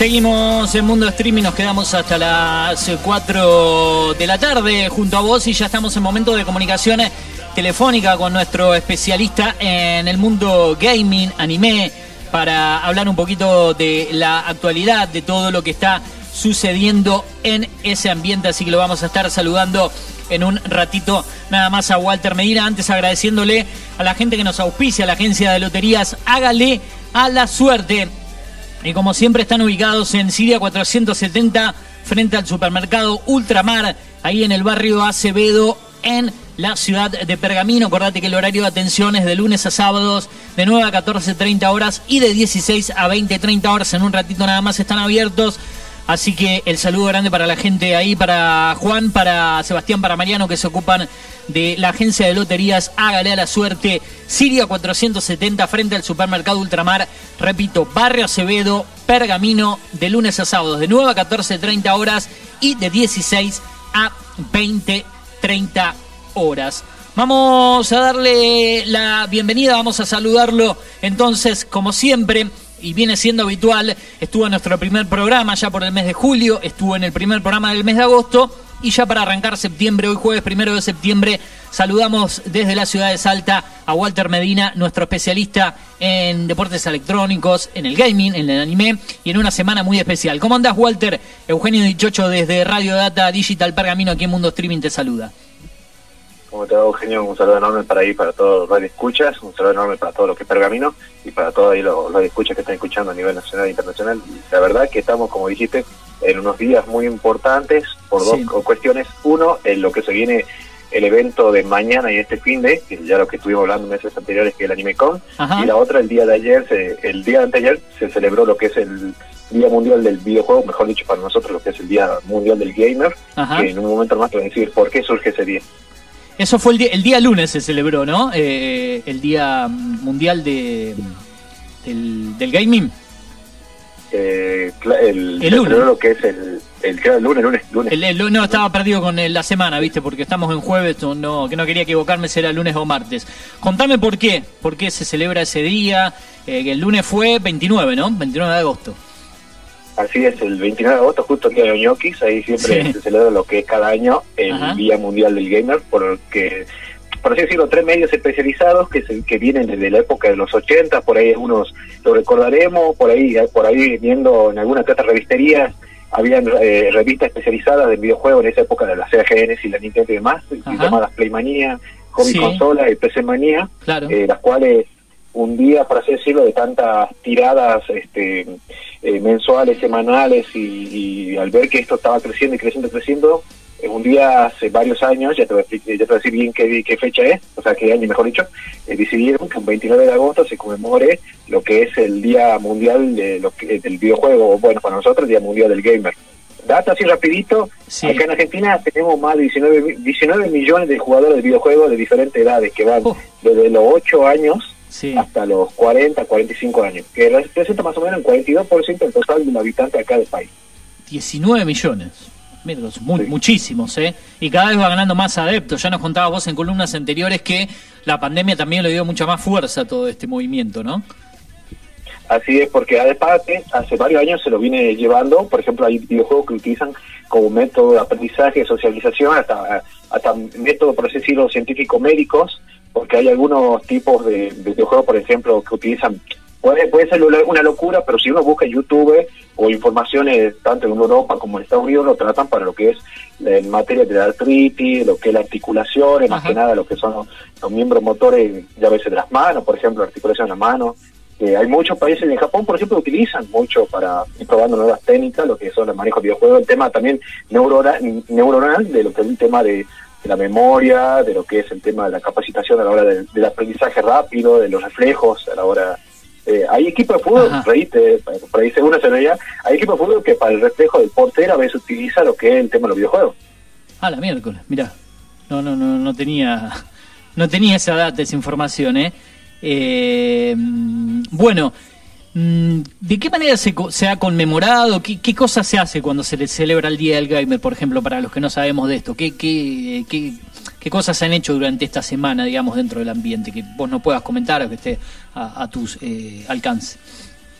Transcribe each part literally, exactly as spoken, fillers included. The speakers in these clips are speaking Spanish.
Seguimos en Mundo Streaming, nos quedamos hasta las cuatro de la tarde junto a vos y ya estamos en momento de comunicación telefónica con nuestro especialista en el mundo gaming, anime, para hablar un poquito de la actualidad, de todo lo que está sucediendo en ese ambiente, así que lo vamos a estar saludando en un ratito nada más a Walter Medina, antes agradeciéndole a la gente que nos auspicia, a la agencia de loterías Hágale a la Suerte. Y como siempre están ubicados en Siria cuatrocientos setenta, frente al supermercado Ultramar, ahí en el barrio Acevedo, en la ciudad de Pergamino. Acordate que el horario de atención es de lunes a sábados, de nueve a catorce treinta horas y de dieciséis a veinte treinta horas. En un ratito nada más están abiertos. Así que el saludo grande para la gente ahí, para Juan, para Sebastián, para Mariano, que se ocupan de la agencia de loterías Hágale a la Suerte, Siria cuatrocientos setenta, frente al supermercado Ultramar. Repito, barrio Acevedo, Pergamino, de lunes a sábados, de nueve a catorce treinta horas y de dieciséis a veinte treinta horas. Vamos a darle la bienvenida, vamos a saludarlo entonces, como siempre, y viene siendo habitual. Estuvo en nuestro primer programa ya por el mes de julio, estuvo en el primer programa del mes de agosto, y ya para arrancar septiembre, hoy jueves primero de septiembre, saludamos desde la ciudad de Salta a Walter Medina, nuestro especialista en deportes electrónicos, en el gaming, en el anime y en una semana muy especial. ¿Cómo andás, Walter? Eugenio Dichocho desde Radio Data Digital Pergamino, aquí en Mundo Streaming, te saluda. ¿Cómo te va, Eugenio? Un saludo enorme para ahí, para todos los radioescuchas, un saludo enorme para todo lo que es Pergamino y para todos ahí los radioescuchas que están escuchando a nivel nacional e internacional. Y la verdad que estamos, como dijiste, en unos días muy importantes por dos sí. cuestiones. Uno, en lo que se viene el evento de mañana y este fin de, que ya lo que estuvimos hablando meses anteriores, que es el AnimeCon. Ajá. Y la otra, el día de ayer, se, el día de anteayer, se celebró lo que es el Día Mundial del Videojuego, mejor dicho para nosotros lo que es el Día Mundial del Gamer. Ajá. Que en un momento más te voy a decir por qué surge ese día. Eso fue el día, el día lunes se celebró, ¿no? Eh, el Día Mundial de del, del Gaming. Eh, el, el lunes. Lo que es el, el, el lunes, lunes, lunes. El, el, no, estaba perdido con el, la semana, ¿viste? Porque estamos en jueves, no, que no quería equivocarme si era lunes o martes. Contame por qué, por qué se celebra ese día. Eh, el lunes fue veintinueve, ¿no? veintinueve de agosto. Así es, el veintinueve de agosto, justo el día de los ñoquis, ahí siempre sí. se celebra lo que es cada año el Ajá. Día Mundial del Gamer, porque, por así decirlo, tres medios especializados que se, que vienen desde la época de los ochenta, por ahí algunos lo recordaremos, por ahí por ahí viendo en algunas que otras revisterías, habían eh, revistas especializadas de videojuegos en esa época de la Sega Genesis, la Nintendo y demás, Ajá. llamadas Playmanía, Hobby sí. Consola y P C Manía, claro. eh, las cuales un día, por así decirlo, de tantas tiradas este eh, mensuales, semanales, y, y al ver que esto estaba creciendo y creciendo y creciendo, eh, un día hace varios años, ya te voy a, ya te voy a decir bien qué, qué fecha es, o sea, qué año mejor dicho, eh, decidieron que un veintinueve de agosto se conmemore lo que es el Día Mundial de lo que, del Videojuego, bueno, para nosotros el Día Mundial del Gamer. Dato así rapidito, sí. Acá en Argentina tenemos más de diecinueve millones de jugadores de videojuegos de diferentes edades, que van oh. desde los ocho años sí. hasta los cuarenta, cuarenta y cinco años, que representa más o menos el cuarenta y dos por ciento del total de los habitantes acá del país. diecinueve millones, mira, muy, sí. muchísimos, ¿eh? Y cada vez va ganando más adeptos. Ya nos contabas vos en columnas anteriores que la pandemia también le dio mucha más fuerza a todo este movimiento, ¿no? Así es, porque además hace varios años se lo viene llevando, por ejemplo, hay videojuegos que utilizan como método de aprendizaje, socialización, hasta, hasta método, por así decirlo, científico-médicos, porque hay algunos tipos de, de videojuegos, por ejemplo, que utilizan, puede, puede ser una locura, pero si uno busca en YouTube o informaciones tanto en Europa como en Estados Unidos, lo tratan para lo que es en materia de la artritis, lo que es la articulación, Ajá. más que nada lo que son los, los miembros motores, ya a veces de las manos, por ejemplo, la articulación de las manos. Eh, hay muchos países en Japón, por ejemplo, que utilizan mucho para ir probando nuevas técnicas, lo que son el manejo de videojuegos, el tema también neuronal, neuronal de lo que es el tema de, de la memoria, de lo que es el tema de la capacitación a la hora de, del aprendizaje rápido, de los reflejos, a la hora... Eh, hay equipos de fútbol, por ahí, te, por ahí según se veía, hay equipos de fútbol que para el reflejo del portero a veces utiliza lo que es el tema de los videojuegos. Ah, la miércoles, mirá, no, no, no, no tenía, no tenía esa data, esa información, ¿eh? Eh, bueno, ¿de qué manera se, se ha conmemorado? ¿Qué, ¿Qué cosas se hace cuando se le celebra el Día del Gamer, por ejemplo, para los que no sabemos de esto? ¿Qué, qué, qué, qué cosas se han hecho durante esta semana, digamos, dentro del ambiente, que vos no puedas comentar o que esté a, a tus eh, alcance?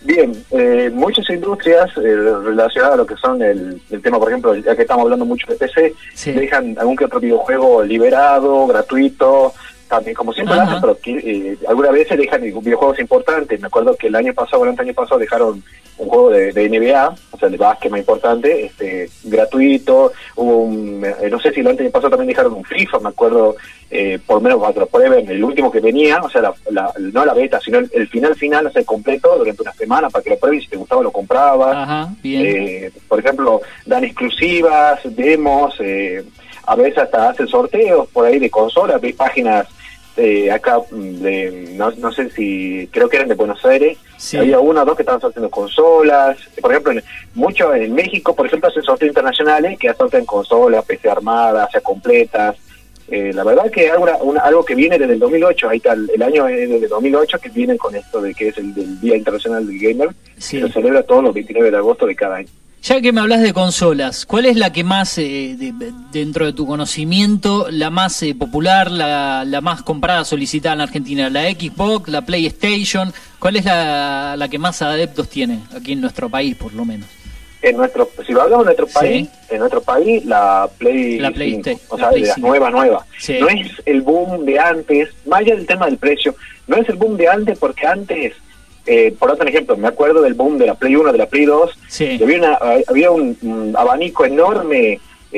Bien, eh, muchas industrias eh, relacionadas a lo que son el, el tema, por ejemplo, ya que estamos hablando mucho de P C, sí. dejan algún que otro videojuego liberado, gratuito, también como siempre lo hacen, pero eh, algunas veces dejan videojuegos importantes. Me acuerdo que el año pasado, el año pasado dejaron un juego de, de N B A, o sea, de básquet más importante, este, gratuito. Hubo un, eh, no sé si el año pasado también dejaron un FIFA, me acuerdo, eh, por lo menos para que lo prueben, el último que venía, o sea, la, la, no la beta, sino el, el final final, o sea, el completo, durante una semana, para que lo prueben, si te gustaba lo comprabas. Ajá, bien. Eh, por ejemplo, dan exclusivas, demos, eh, a veces hasta hacen sorteos por ahí de consolas, de páginas de acá, de, no, no sé si, creo que eran de Buenos Aires, sí. Había una o dos que estaban sorteando consolas, por ejemplo, en, mucho en México, por ejemplo, hacen sorteos internacionales que sortean consolas, P C armadas, ya completas. Eh, la verdad que algo, una, algo que viene desde el dos mil ocho, ahí está, el, el año es desde el dos mil ocho que vienen con esto de que es el del Día Internacional del Gamer, sí. Que se celebra todos los veintinueve de agosto de cada año. Ya que me hablas de consolas, ¿cuál es la que más, eh, de, dentro de tu conocimiento, la más eh, popular, la, la más comprada, solicitada en Argentina? ¿La Xbox, la PlayStation? ¿Cuál es la, la que más adeptos tiene aquí en nuestro país, por lo menos? En nuestro, si hablamos de nuestro país, sí. En nuestro país la Play, la Play cinco, o la sea, Play de las nuevas, nuevas. Sí. No es el boom de antes, más allá del tema del precio, no es el boom de antes porque antes... Eh, por otro ejemplo, me acuerdo del boom de la Play uno, de la Play dos, sí. Había, una, había un, un abanico enorme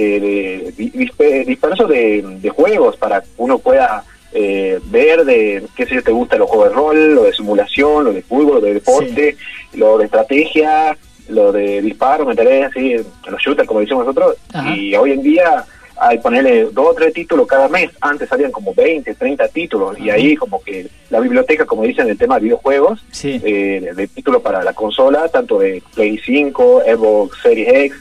eh, de, disperso de, de juegos para que uno pueda eh, ver de qué sé yo, te gusta los juegos de rol, lo de simulación, lo de fútbol, lo de deporte, sí. Lo de estrategia, lo de disparo, me enteré así, los shooters como decimos nosotros. Ajá. Y hoy en día hay ponerle dos o tres títulos cada mes. Antes salían como veinte, treinta títulos. Uh-huh. Y ahí como que la biblioteca, como dicen, el tema de videojuegos, sí. eh, de, de títulos para la consola, tanto de Play cinco, Xbox Series X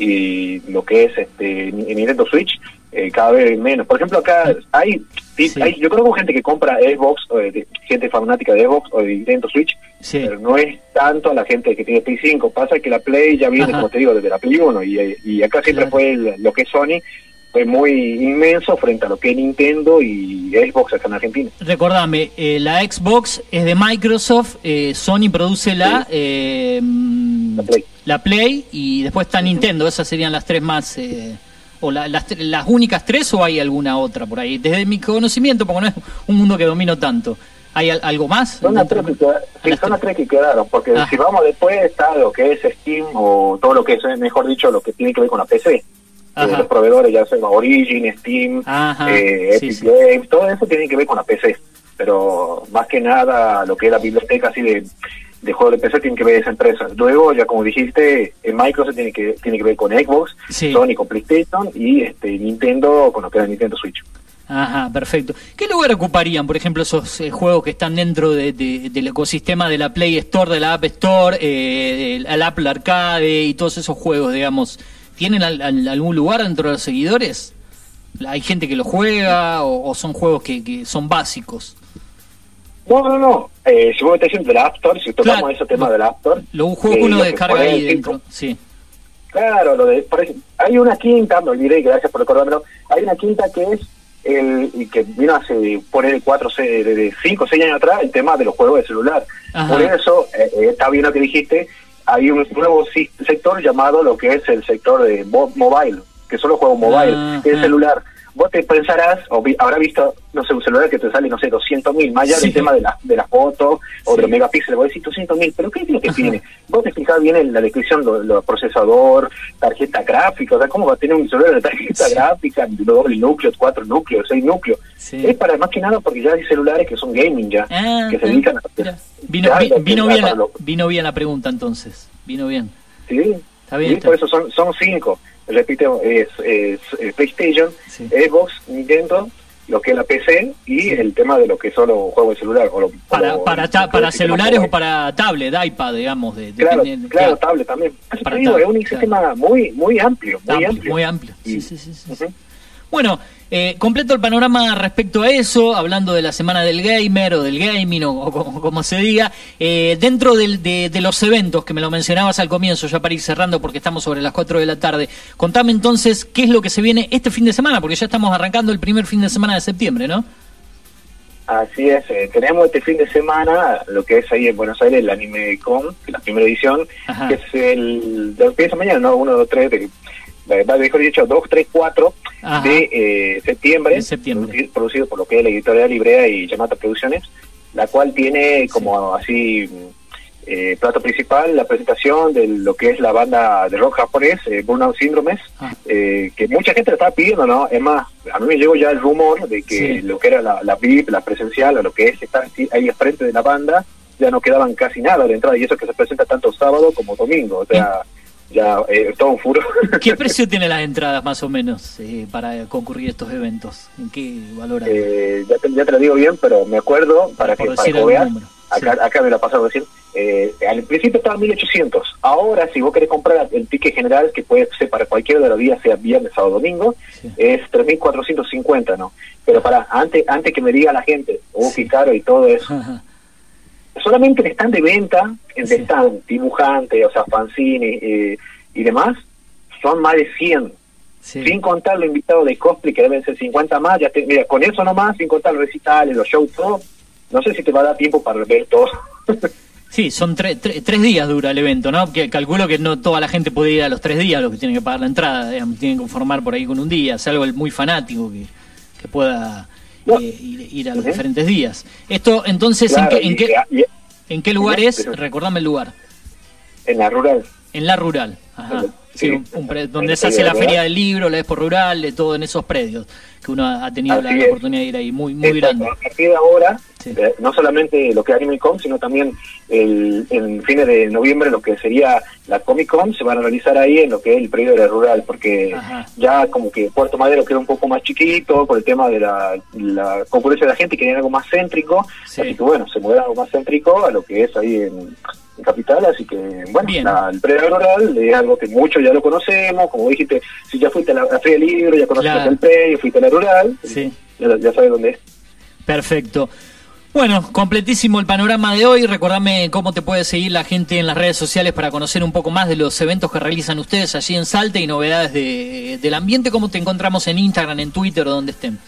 y lo que es este Nintendo Switch, eh, cada vez menos. Por ejemplo, acá hay, sí. hay yo conozco gente que compra Xbox, o de, gente fanática de Xbox o de Nintendo Switch, sí. Pero no es tanto a la gente que tiene Play cinco. Pasa que la Play ya viene, ajá, como te digo, desde la Play uno, y, y acá siempre claro. Fue el, lo que es Sony, fue muy inmenso frente a lo que es Nintendo y Xbox acá en Argentina. Recordame, eh, la Xbox es de Microsoft, eh, Sony produce la, sí. eh, la, Play. la Play y después está Nintendo. Esas serían las tres más, eh, o la, las, las únicas tres, o hay alguna otra por ahí. Desde mi conocimiento, porque no es un mundo que domino tanto. ¿Hay al, algo más? Son las tres que quedaron, sí, son las tres que quedaron, porque ah. si vamos después está lo que es Steam o todo lo que es, mejor dicho, lo que tiene que ver con la P C. Eh, los proveedores, ya sea Origin, Steam, eh, Epic sí, sí. Games, todo eso tiene que ver con la P C, pero más que nada lo que es la biblioteca así de, de juegos de P C tiene que ver esa empresa. Luego, ya como dijiste, en Microsoft tiene que tiene que ver con Xbox, sí. Sony con PlayStation y este Nintendo con lo que es Nintendo Switch. Ajá, perfecto. ¿Qué lugar ocuparían, por ejemplo, esos eh, juegos que están dentro de, de, del ecosistema de la Play Store, de la App Store, eh, el Apple Arcade y todos esos juegos, digamos? ¿Tienen al, al, algún lugar dentro de los seguidores? ¿Hay gente que lo juega o, o son juegos que, que son básicos? No, no, no. Eh, si vos estás diciendo de la App Store, si tocamos claro, ese tema lo, de la App Store... Los juegos eh, que uno descarga ahí dentro, sí. Claro, lo de, por ejemplo, hay una quinta, me olvidé, gracias por recordármelo, hay una quinta que es el que vino hace, poner cuatro, de cinco o seis años atrás, el tema de los juegos de celular. Ajá. Por eso, eh, está bien lo que dijiste, hay un nuevo sector llamado lo que es el sector de mobile, que son los juegos mobile, uh-huh. que es celular. Vos te pensarás, o vi, habrás visto, no sé, un celular que te sale, no sé, doscientos mil, más allá sí. del tema de la, de la foto o sí. de los megapíxeles, vos decís doscientos mil, pero ¿qué es lo que uh-huh. tiene? Vos te fijás bien en la descripción, lo, lo procesador, tarjeta gráfica, o sea, ¿cómo va a tener un celular de tarjeta sí. gráfica, doble núcleo, cuatro núcleos, seis núcleos? Sí. Es para, más que nada, porque ya hay celulares que son gaming ya, ah, que se ah, dedican a... Vino, vi, vino, bien la, vino bien la pregunta entonces, vino bien. Sí, está bien, sí, está. Por eso son, son cinco. Repito, es, es, es PlayStation, sí. Xbox, Nintendo, lo que es la P C y sí. el tema de lo que son los juegos de celular. O lo, para o para, ta, para celulares o para tablet, iPad, digamos. De, de claro, de, claro, de, tablet también. Eso te digo, es un claro. sistema muy muy amplio, muy amplio. amplio. Muy amplio, sí, sí, sí. sí, uh-huh. sí. Bueno, eh, completo el panorama respecto a eso, hablando de la semana del gamer o del gaming o, o como, como se diga, eh, dentro del, de, de los eventos que me lo mencionabas al comienzo, ya para ir cerrando porque estamos sobre las cuatro de la tarde, contame entonces qué es lo que se viene este fin de semana, porque ya estamos arrancando el primer fin de semana de septiembre, ¿no? Así es, eh, tenemos este fin de semana lo que es ahí en Buenos Aires el Anime Con, que es la primera edición, Ajá. que es el de empieza mañana, ¿no? uno, dos, tres, de, mejor dicho, dos, tres, cuatro de eh, septiembre, de septiembre. Producido, producido por lo que es la editorial Librea y Yamato Producciones, la cual tiene como sí. así eh, plato principal la presentación de lo que es la banda de rock japonés, eh, Burnout Syndromes, ah. eh, que mucha gente lo estaba pidiendo, ¿no? Es más, a mí me llegó ya el rumor de que sí. lo que era la, la V I P, la presencial, o lo que es estar ahí al frente de la banda, ya no quedaban casi nada de entrada, y eso que se presenta tanto sábado como domingo, o sea, ¿Eh? ya eh, todo un furor. ¿Qué precio tienen las entradas más o menos eh, para concurrir a estos eventos? ¿En qué valor? Eh, ya, te, ya te lo digo bien, pero me acuerdo, para que, para que veas, acá, sí. acá me la pasaron recién, eh, al principio estaba mil ochocientos, ahora si vos querés comprar el ticket general, que puede ser para cualquiera de los días, sea viernes, sábado, domingo, sí. es tres mil cuatrocientos cincuenta, ¿no? Pero para, antes antes que me diga la gente, oh, sí. qué caro y todo eso, Ajá. solamente en stand de venta, en sí. stand, dibujante, o sea, fanzine eh, y demás, son más de cien. Sí. Sin contar los invitados de cosplay, que deben ser cincuenta más, ya te, mira, con eso nomás, sin contar los recitales, los shows, todo, no sé si te va a dar tiempo para ver todo. Sí, son tre tre tres días dura el evento, ¿no? Que calculo que no toda la gente puede ir a los tres días, los que tienen que pagar la entrada, digamos, tienen que conformar por ahí con un día, es algo muy fanático que, que pueda no. eh, ir, ir a los uh-huh. diferentes días. Esto, entonces, claro, ¿en, qué, en, qué, ¿en qué lugar es? Recordame el lugar. En la rural. En la rural, ajá. Sí, un, un pre donde se hace la feria del libro, la Expo Rural, de todo en esos predios, que uno ha tenido la, la oportunidad de ir ahí, muy muy grande. A partir de ahora, sí. eh, no solamente lo que es Anime Con, sino también el, en fines de noviembre lo que sería la Comic Con, se van a realizar ahí en lo que es el predio de la rural, porque Ajá. ya como que Puerto Madero queda un poco más chiquito por el tema de la, la concurrencia de la gente, que quería algo más céntrico, sí. así que bueno, se mueve algo más céntrico a lo que es ahí en... en capital, así que bueno, la, el predio rural es algo que muchos ya lo conocemos, como dijiste, si ya fuiste a la, la Feria del Libro, ya conociste claro. el predio, fuiste a la rural, sí. ya, ya sabes dónde es. Perfecto. Bueno, completísimo el panorama de hoy. Recordame cómo te puede seguir la gente en las redes sociales para conocer un poco más de los eventos que realizan ustedes allí en Salta y novedades de, del ambiente. ¿Cómo te encontramos en Instagram, en Twitter o donde estén?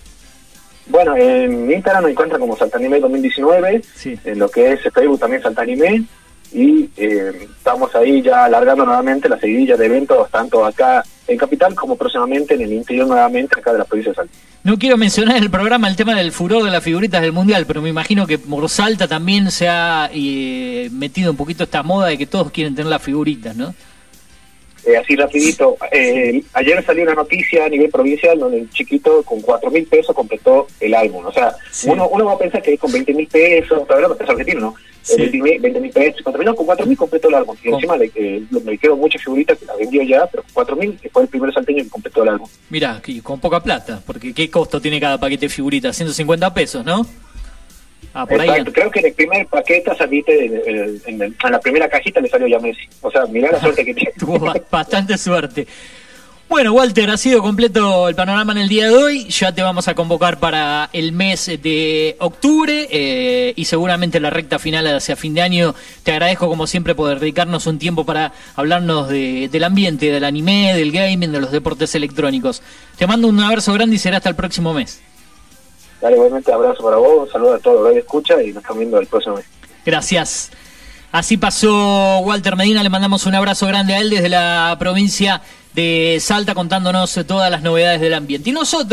Bueno, en Instagram nos encuentran como Saltanime dos mil diecinueve, sí. en lo que es Facebook también Saltanime, y eh, estamos ahí ya alargando nuevamente la seguidilla de eventos, tanto acá en Capital como próximamente en el interior nuevamente acá de la provincia de Salta. No quiero mencionar en el programa el tema del furor de las figuritas del Mundial, pero me imagino que por Salta también se ha eh, metido un poquito esta moda de que todos quieren tener las figuritas, ¿no? Eh, así rapidito, eh, ayer salió una noticia a nivel provincial donde el chiquito con cuatro mil pesos completó el álbum. O sea, sí. uno uno va a pensar que con veinte mil pesos, pero no, peso argentino, ¿no? Sí. veinte mil pesos, no, con cuatro mil completó el álbum. Y encima le, eh, me quedó muchas figuritas que las vendió ya, pero con cuatro mil fue el primer salteño que completó el álbum. Mirá, con poca plata, porque ¿qué costo tiene cada paquete de figuritas? ciento cincuenta pesos, ¿no? Ah, por Exacto. ahí. Creo que en el primer paquete saliste, en, en, en, en la primera cajita le salió ya Messi. O sea, mirá la suerte que tiene. Tuvo bastante suerte. Bueno, Walter, ha sido completo el panorama en el día de hoy. Ya te vamos a convocar para el mes de octubre eh, y seguramente la recta final hacia fin de año. Te agradezco como siempre por dedicarnos un tiempo para hablarnos de, del ambiente, del anime, del gaming, de los deportes electrónicos. Te mando un abrazo grande y será hasta el próximo mes. Dale, igualmente abrazo para vos, un saludo a todos los que escuchan y nos estamos viendo el próximo mes. Gracias. Así pasó Walter Medina, le mandamos un abrazo grande a él desde la provincia de Salta contándonos todas las novedades del ambiente. Y nosotros